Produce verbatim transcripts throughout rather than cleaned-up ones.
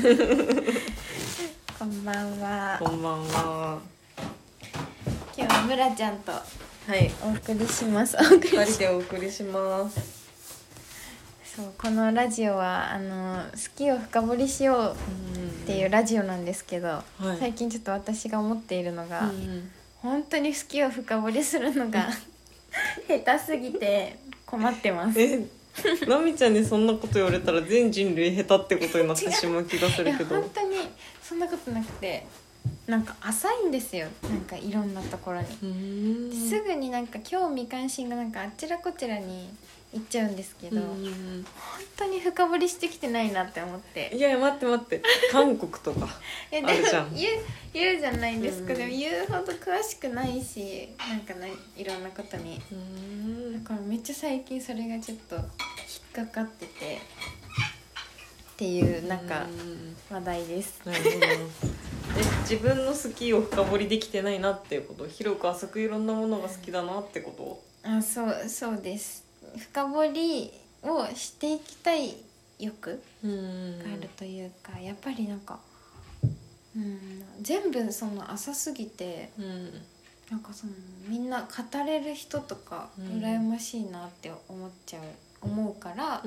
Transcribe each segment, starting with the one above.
こんばんは。 こんばんは。 今日はむらちゃんとはいお送りします。お送りし二人でお送りします。 そうこのラジオはあの好きを深掘りしようっていうラジオなんですけど、 はい、 最近ちょっと私が思っているのが、 うん、 本当に好きを深掘りするのが下手すぎて困ってます。 え、ラミちゃんにそんなこと言われたら全人類下手ってことになってしまう気がするけど。 本当にそんなことなくて、なんか浅いんですよ。なんかいろんなところに。 うーん、 すぐになんか興味関心がなんかあちらこちらに行っちゃうんですけど、 うん、 本当に深掘りしてきてないなって思って。 いやいや待って待って、韓国とかいやでもあるじゃん。 言う言うじゃないですか、 うん、 でも言うほど詳しくないし、なんかないいろんなことに、 うーん、 だからめっちゃ最近それがちょっと引っかかっててっていうなんか話題です。 なるほど。え、自分の好きを深掘りできてないなっていうこと、広く浅くいろんなものが好きだなってこと。 あ、そうそうです。深掘りをしていきたい欲があるというか、やっぱりなんか、うん、全部その浅すぎて、 うん、 なんかそのみんな語れる人とか羨ましいなって思っちゃう、思うから、 うん、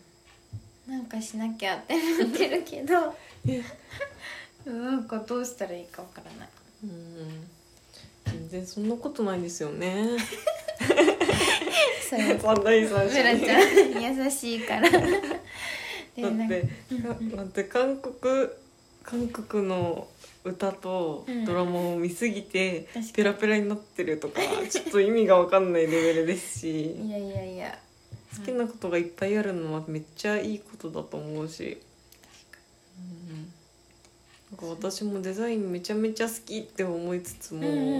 なんかしなきゃって思ってるけどなんかどうしたらいいかわからない。 うん、全然そんなことないですよね。 それ三大三むらちゃん優しいからでだってだって韓国韓国の歌とドラマを見すぎてペラペラになってるとか、ちょっと意味が分かんないレベルですし、 いやいやいや、 好きなことがいっぱいあるのはめっちゃいいことだと思うし、うん、なんか私もデザインめちゃめちゃ好きって思いつつも、 うんうんうん、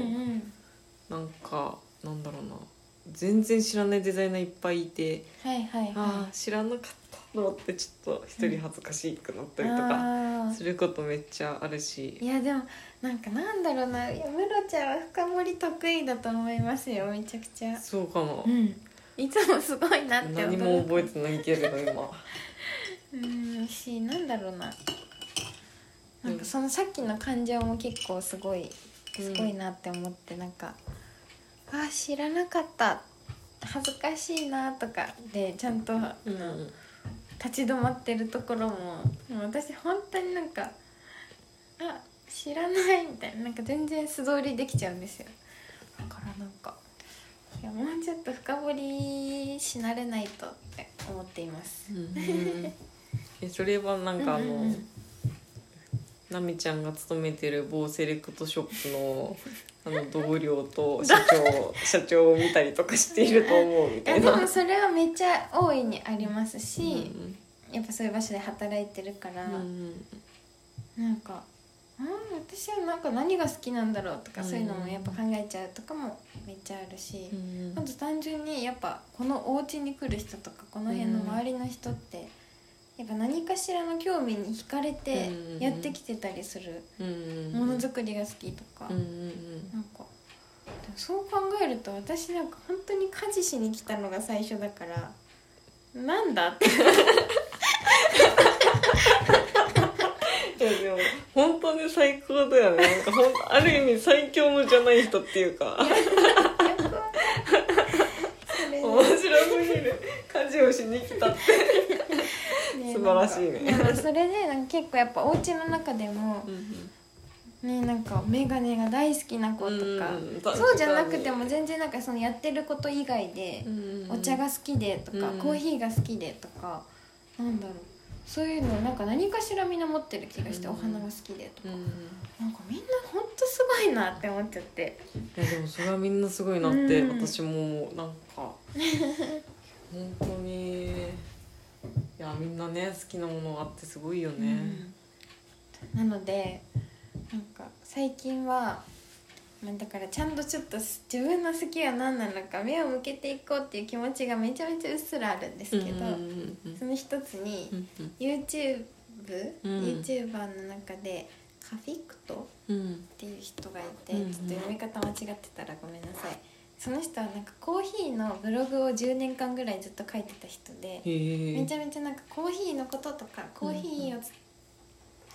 なんかなんだろうな、全然知らないデザイナーいっぱいいて、 はいはいはい、 ああ知らなかったと思ってちょっと一人恥ずかしくなったりとうかん、 することめっちゃあるし、 いやでもなんかなんだろうな、いやムロちゃんは深掘り得意だと思いますよ、めちゃくちゃ。 そうかな、 うん、いつもすごいなって何も覚えてないけれど今うんし、なんだろうな、なんかそのさっきの感情も結構すごいすごいなって思って、なんか、あー知らなかった恥ずかしいなとかでちゃんと、うん、立ち止まってるところも、もう私本当になんか、あ知らないみたいな、なんか全然素通りできちゃうんですよ。だからなんか、いやもうちょっと深掘りし慣れないとって思っています。 うんえそれはなんかあの、うんうん、なみちゃんが勤めてる某セレクトショップのあの同僚と社長社長を見たりとかしていると思うみたいな。 でもそれはめっちゃ大いにありますし、うんうん、やっぱそういう場所で働いてるから、うんうん、なんか、うん、私はなんか何が好きなんだろうとか、うんうん、そういうのもやっぱ考えちゃうとかもめっちゃあるし、うんうん、あと単純にやっぱこのお家に来る人とかこの辺の周りの人って、うんやっぱ何かしらの興味に惹かれてやってきてたりする、ものづくりが好きとか、なんかそう考えると私なんか本当に家事しに来たのが最初だから、なんだっていやでも本当に最高だよね。なんかほんある意味最強のじゃない人っていうか面白すぎる、家事をしに来たって素晴らしいね。 それでなんか結構やっぱお家の中でも、うんうん、ね、なんかメガネが大好きな子とか、うん、そうじゃなくても全然なんかそのやってること以外で、うん、お茶が好きでとか、うん、コーヒーが好きでとか、なんだろう、そういうのなんか何かしらみんな持ってる気がして、うん、お花が好きでとか、うん、なんかみんなほんとすごいなって思っちゃって。 いやでもそれはみんなすごいなって、うん、私もなんか本当にいやみんなね好きなものがあってすごいよね、 うん、なのでなんか最近はだからちゃんとちょっと自分の好きは何なのか目を向けていこうっていう気持ちがめちゃめちゃうっすらあるんですけど、うんうんうんうん、その一つに、うんうん、YouTube、うん、YouTuber の中でカフィクトっていう人がいて、うん、ちょっと読み方間違ってたらごめんなさい。その人はなんかコーヒーのブログをじゅうねんかんぐらいずっと書いてた人で、めちゃめちゃなんかコーヒーのこととかコーヒーを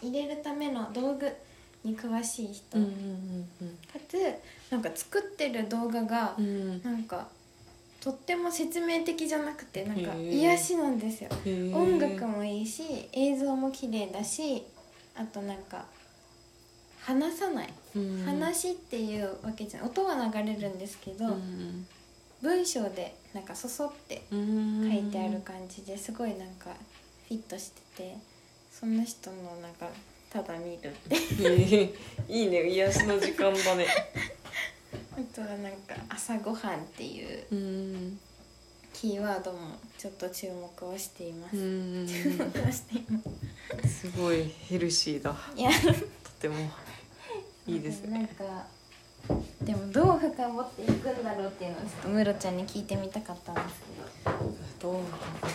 入れるための道具に詳しい人、 うんうんうんかつなんか作ってる動画がうんなんかとっても説明的じゃなくてなんかへー癒しなんですよ。 へー音楽もいいし映像も綺麗だし、あとなんか話さない、 うん話っていうわけじゃない、音は流れるんですけど、 うん文章でなんかそそってうん書いてある感じですごいなんかフィットしてて、その人のなんかただ見るってへーいいね、癒しの時間だね。 あとはなんか朝ごはんっていううんキーワードもちょっと注目をしています、 うん注目をしていますすごいヘルシーだ。 いやとてもいいですね。 なんかでもどう深掘っていくんだろうっていうのをちょっとムロちゃんに聞いてみたかったんですけど。 どう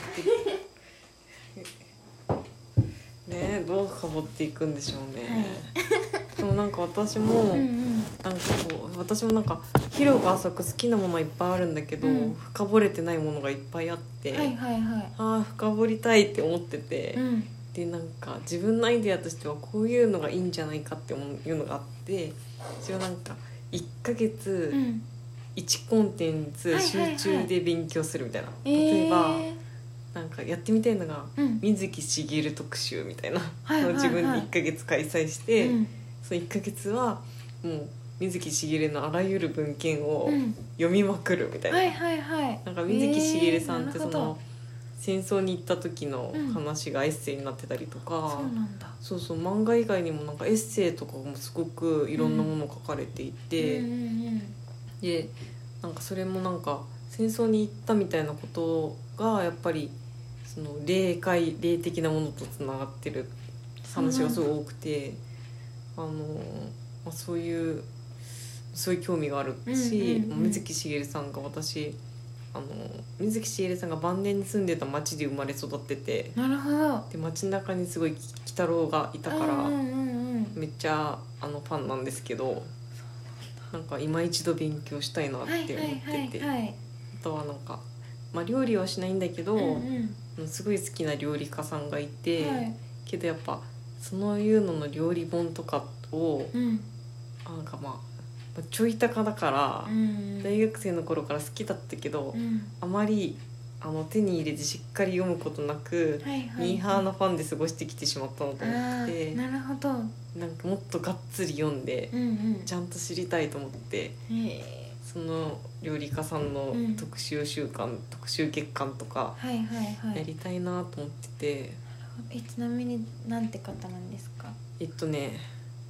ねえ、どう深掘っていくんでしょうね、 はいでもなんか私も、 うんうんなんかこう私もなんか広く浅く好きなものはいっぱいあるんだけど、 うん深掘れてないものがいっぱいあって、 はいはいはいああ深掘りたいって思ってて、 うんでなんか自分のアイデアとしてはこういうのがいいんじゃないかっていうのがあって、それをなんかいっかげつうんいちコンテンツ集中で勉強するみたいな、 えー例えばなんかやってみたいのがうん水木しげる特集みたいなはいはいはいのを自分でいっかげつ開催して、 うんそのいっかげつはもう水木しげるのあらゆる文献をうん読みまくるみたいな、 はいはいはいなんか水木しげるさんってえーなるほその戦争に行った時のうん話がエッセイになってたりとか、 そうなんだそうそう漫画以外にもなんかエッセイとかもすごくいろんなもの書かれていて、 うんうんでなんかそれもなんか戦争に行ったみたいなことがやっぱりその霊界霊的なものとつながってる話がすごい多くて、あの、まあ、そういうそういう興味があるし、 うんうんうん水木しげるさんが私あの水木しげるさんが晩年に住んでた町で生まれ育ってて、 なるほどで町の中にすごい鬼太郎がいたから、 うんうんうんうんめっちゃあのファンなんですけど、なんか今一度勉強したいなって思ってて、 はいはいはいはいあとはなんか、まあ、料理はしないんだけど、 うんうんすごい好きな料理家さんがいて、 はいけどやっぱそういうのの料理本とかをうんなんかまあちょい高だから、 うん大学生の頃から好きだったけど、 うんあまりあの手に入れてしっかり読むことなく、 はいはいミーハーなファンで過ごしてきてしまったのと思あってー、なるほどなんかもっとがっつり読んで、 うんうんちゃんと知りたいと思ってへその料理家さんのうん特集週間、特集月間とかーはいはいはいやりたいなと思ってて、 えちなみになんて方なんですか？ えっとね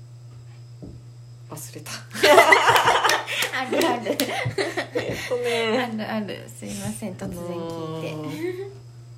忘れたあるあるえっとあねるあるすいません突然聞いて、 あのー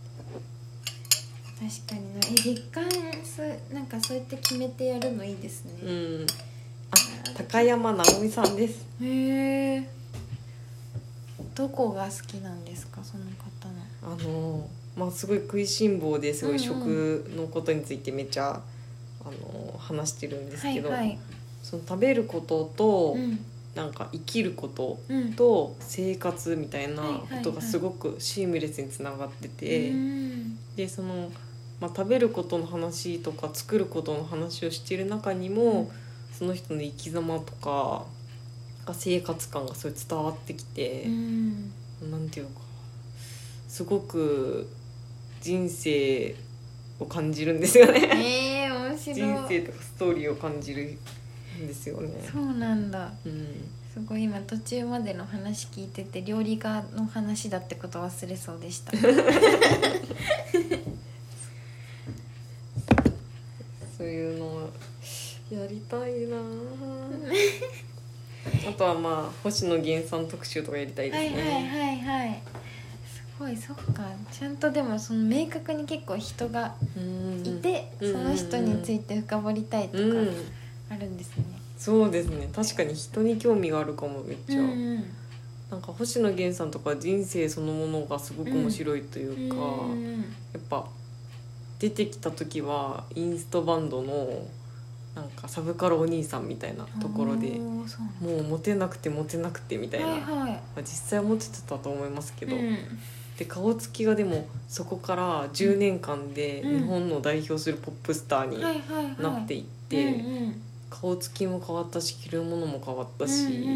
確かになえ月間そうなんかそうやって決めてやるのいいですね、 うんあ高山直美さんです。 へえどこが好きなんですかその方の？ あのまあすごい食いしん坊ですごいうん食のことについてめっちゃあの話してるんですけど、 はいはいその食べることと、 うんなんか生きることうんと生活みたいなはいはいはいことがすごくシームレスにつながってて、 うんでその、まあ、食べることの話とか作ることの話をしている中にも、その人の生き様とか生活感がそれ伝わってきて、 うんなんていうかすごく人生を感じるんですよね。 えー、面白い人生とかストーリーを感じるんですよね。 そうなんだうんすごい今途中までの話聞いてて料理家の話だってこと忘れそうでしたそういうのをやりたいなあとはまあ星野源さん特集とかやりたいですね。 はいはいはいはいすごいそっかちゃんとでもその明確に結構人がうんいて、 うんその人について深掘りたいとかうんあるんですね、 そうですね、確かに人に興味があるかもめっちゃ、 うんなんか星野源さんとか人生そのものがすごく面白いというか、 うんやっぱ出てきた時はインストバンドのなんかサブカルお兄さんみたいなところでおーそうなんもうモテなくてモテなくてみたいな、 はいはいまあ、実際はモテてたと思いますけど、 うんで顔つきがでもそこからじゅうねんかんで日本の代表するポップスターになっていって、顔つきも変わったし着るものも変わったし、うんうんうん、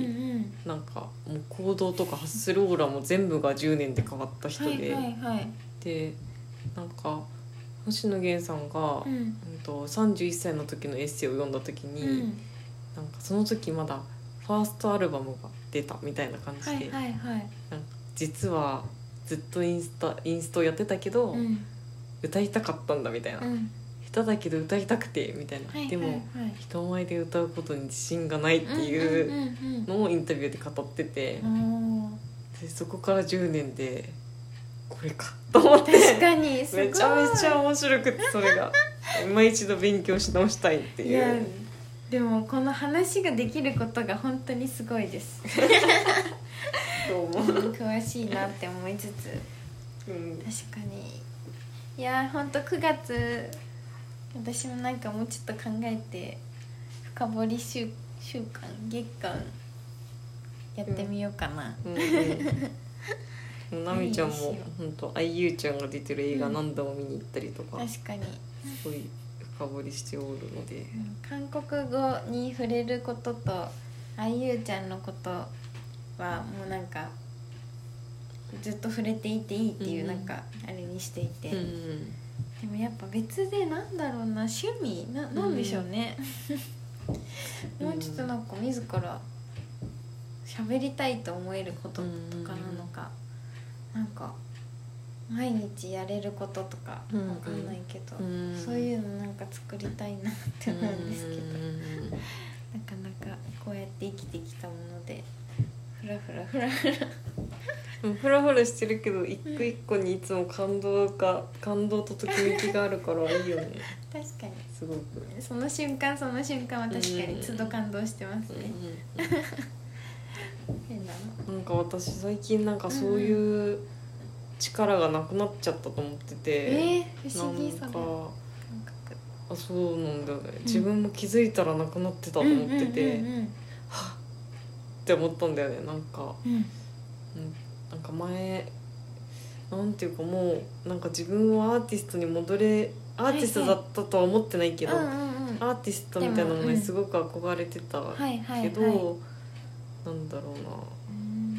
なんかもう行動とか発するオーラも全部がじゅうねんで変わった人で、はいはいはい、でなんか星野源さんが、うん、とさんじゅういっさいの時のエッセイを読んだ時に、うん、なんかその時まだファーストアルバムが出たみたいな感じで、はいはいはい、なんか実はずっとインスタインストやってたけど、うん、歌いたかったんだみたいな、うん、下手だけど歌いたくてみたいな、はいはいはい、でも人前で歌うことに自信がないっていうのをインタビューで語ってて、うんうんうん、でそこからじゅうねんでこれかと思って、 確かにすごいめちゃめちゃ面白くて、それが今一度勉強し直したいっていう。いやでもこの話ができることが本当にすごいですどうも詳しいなって思いつつ、うん、確かにいや本当くがつ私もなんかもうちょっと考えて深掘り週週間月間やってみようかな、うんうんうん、なみちゃんも本当あいゆうちゃんが出てる映画何度も見に行ったりとか、 うん、確かにすごい深掘りしておるので、 うん、韓国語に触れることとあいゆうちゃんのことはもうなんかずっと触れていていいっていうなんかあれにしていて、うんうん、でもやっぱ別でなんだろうな趣味 な, なんでしょうね、うん、もうちょっとなんか自ら喋りたいと思えることとかなのか、うん、なんか毎日やれることとかわかんないけど、うんうん、そういうのなんか作りたいなって思うんですけど、うん、なかなかこうやって生きてきたものでフラフラフラフラフラフラしてるけど一個一個にいつも感動が感動とときめきがあるからいいよね確かにすごくその瞬間その瞬間は確かに都度感動してますね、うんうんうん、変なのなんか私最近なんかそういう力がなくなっちゃったと思ってて、 えー、不思議それなんかあそうなんだよね、うん、自分も気づいたらなくなってたと思ってて、うんうんうんうん、はっって思ったんだよねなんか、うんうん、なんか前なんていうかもうなんか自分はアーティストに戻れアーティストだったとは思ってないけど、はいはい、アーティストみたいなものにすごく憧れてたけど、うんはいはいはい、なんだろうな、うん、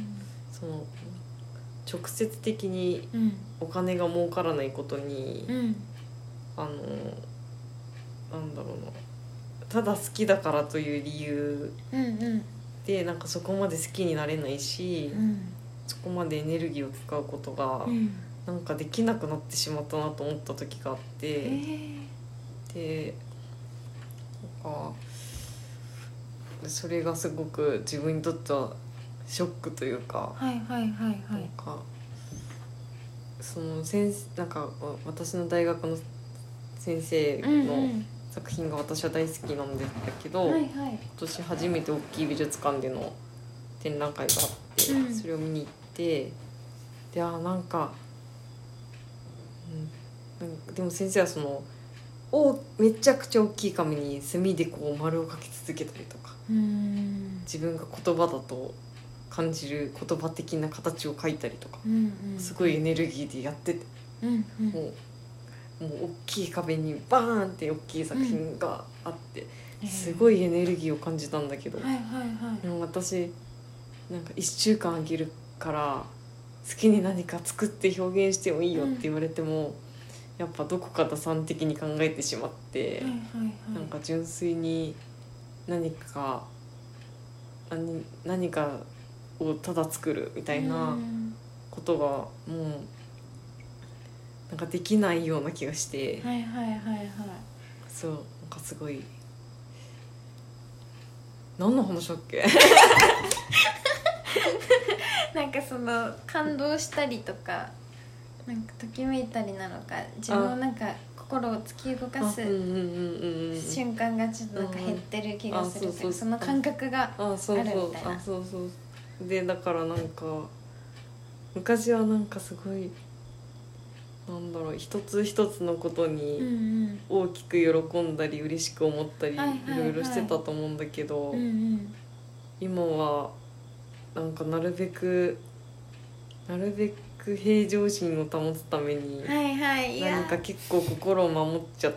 その直接的にお金が儲からないことに、うん、あのなんだろうなただ好きだからという理由で、うんうん、なんかそこまで好きになれないし、うん、そこまでエネルギーを使うことがなんかできなくなってしまったなと思った時があって、うん、でなんかそれがすごく自分にとってはショックというか、 はいはいはいはい、なんかその先なんか私の大学の先生の作品が私は大好きなんですけど、うんうんはいはい、今年初めて大きい美術館での展覧会があって、うん、それを見に行ってであなんか、うん、でも先生はそのおめちゃくちゃ大きい紙に墨でこう丸を描き続けたりとか、うん自分が言葉だと感じる言葉的な形を描いたりとか、うんうん、すごいエネルギーでやってて、うんうん、もう、もう大きい壁にバーンって大きい作品があって、うん、すごいエネルギーを感じたんだけど、はいはいはい、でも私なんかいっしゅうかんあげるから好きに何か作って表現してもいいよって言われても、うん、やっぱどこか打算的に考えてしまって、はいはいはい、なんか純粋に何か何、何かをただ作るみたいなことがもうなんかできないような気がして、 はいはいはいはい、 そうなんかすごい何の話だっけなんかその感動したりとかなんかときめいたりなのか自分をなんか心を突き動かす瞬間がちょっとなんか減ってる気がする、うん、その感覚があるみたいな。 あそうそうでだからなんか昔はなんかすごいなんだろう一つ一つのことに大きく喜んだり嬉しく思ったりいろいろしてたと思うんだけど、うんうん、今はなんかなるべくなるべく平常心を保つためにはいはいいや何か結構心を守っちゃって、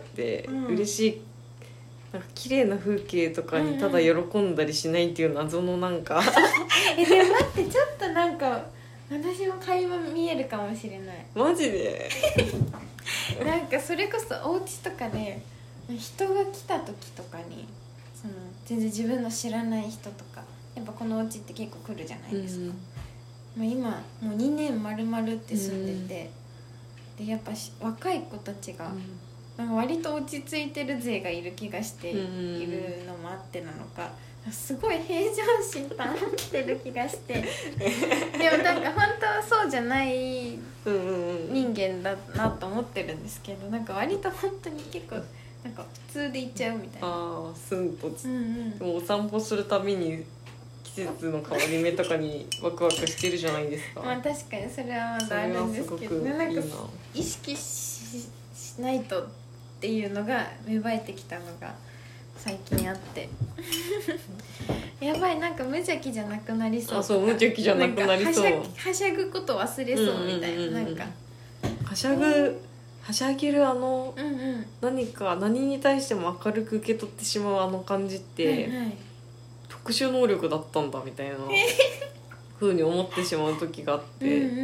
うん嬉しいなんか綺麗な風景とかにただ喜んだりしないっていう謎のなんか、 えでも待ってちょっとなんか私も会話見えるかもしれないマジでなんかそれこそお家とかで人が来た時とかにその全然自分の知らない人とかやっぱこのお家って結構来るじゃないですか、 うんまあ、今もうにねん丸々って住んでて、でやっぱし若い子たちが、なんか割と落ち着いてる勢がいる気がしているのもあってなのか、すごい平常心保ってる気がしてでもなんか本当はそうじゃない人間だなと思ってるんですけど、なんか割と本当に結構なんか普通で行っちゃうみたいな。 ああスンと、 うんうん、 でもお散歩するたびに季節の変わり目とかにワクワクしてるじゃないですか。 まあ確かにそれはまだあるんですけど、 いいななんか意識 し, しないとっていうのが芽生えてきたのが最近あってやばいなんか無邪気じゃなくなりそうとか、 あそう無邪気じゃなくなりそう、 なんかはしゃぐこと忘れそうみたいな、 うんうんうんうん、 なんかはしゃぐはしゃげるあの、 うんうん、 何か何に対しても明るく受け取ってしまうあの感じって、 はいはい、 特殊能力だったんだみたいな風に思ってしまう時があって、 うんうんうん、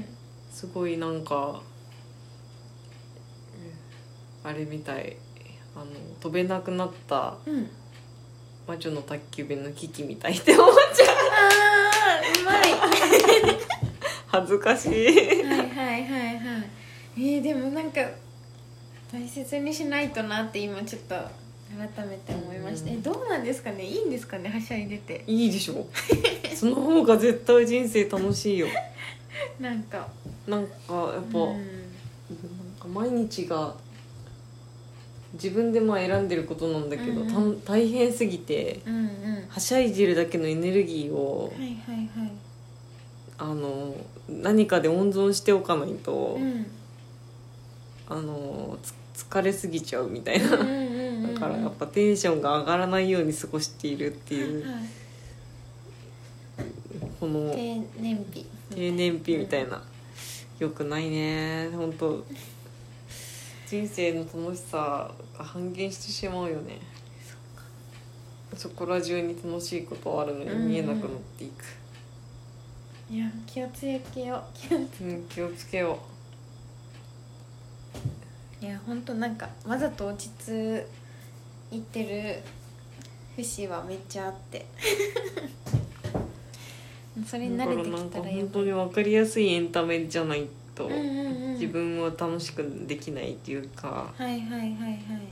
すごいなんかあれみたい、あの飛べなくなった魔女の宅急便のキキみたいって思っちゃう。 あーうまい恥ずかしいはいはいはいはいえー、でもなんか大切にしないとなって今ちょっと改めて思いました、うん、えどうなんですかね、いいんですかね、はしゃいでて。 いいでしょその方が絶対人生楽しいよなんかなんかやっぱ、うん、なんか毎日が自分でまあ選んでることなんだけど、うんうん、大変すぎて、うんうん、はしゃいでるだけのエネルギーを、 はいはいはい、 あの何かで温存しておかないと、うん、あの疲れすぎちゃうみたいな、うんうんうんうん、だからやっぱテンションが上がらないように過ごしているっていう、はい、この低燃費低燃費みたいな、うん、よくないね本当人生の楽しさが半減してしまうよね。そこら中に楽しいことあるのに見えなくなっていく、 うん、いや気をつけよう、 うん、気をつけよう。いやほんとなんかわざと落ち着いてる節はめっちゃあってそれに慣れてきたらやっぱ本当に分かりやすいエンタメじゃないと、うんうんうん、自分は楽しくできないっていうか、 はいはいはいはい、いや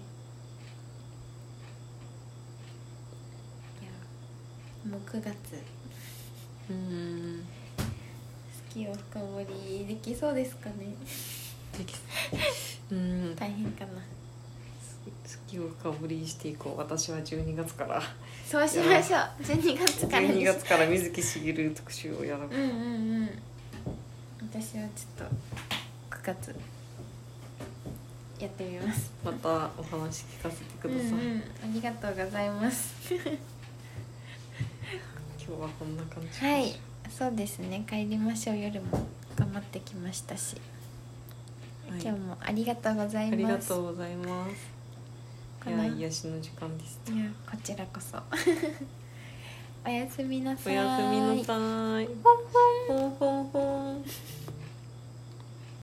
もうくがつ、 うーん好きを深掘りできそうですかね。 できうん大変かな。 好きを深掘りしていこう。私はじゅうにがつからそうしましょう。じゅうにがつからじゅうにがつから水木しげる特集をやろう。 うんうんうん。私はちょっとくがつやってみます。 またお話聞かせてください、うんうん、 ありがとうございます今日はこんな感じ。 はい、そうですね、帰りましょう。夜も頑張ってきましたし、はい、今日もありがとうございます。 ありがとうございます。いや癒しの時間です。 いやこちらこそおやすみなさい。 おやすみなさい。 ほんほんほんほんほん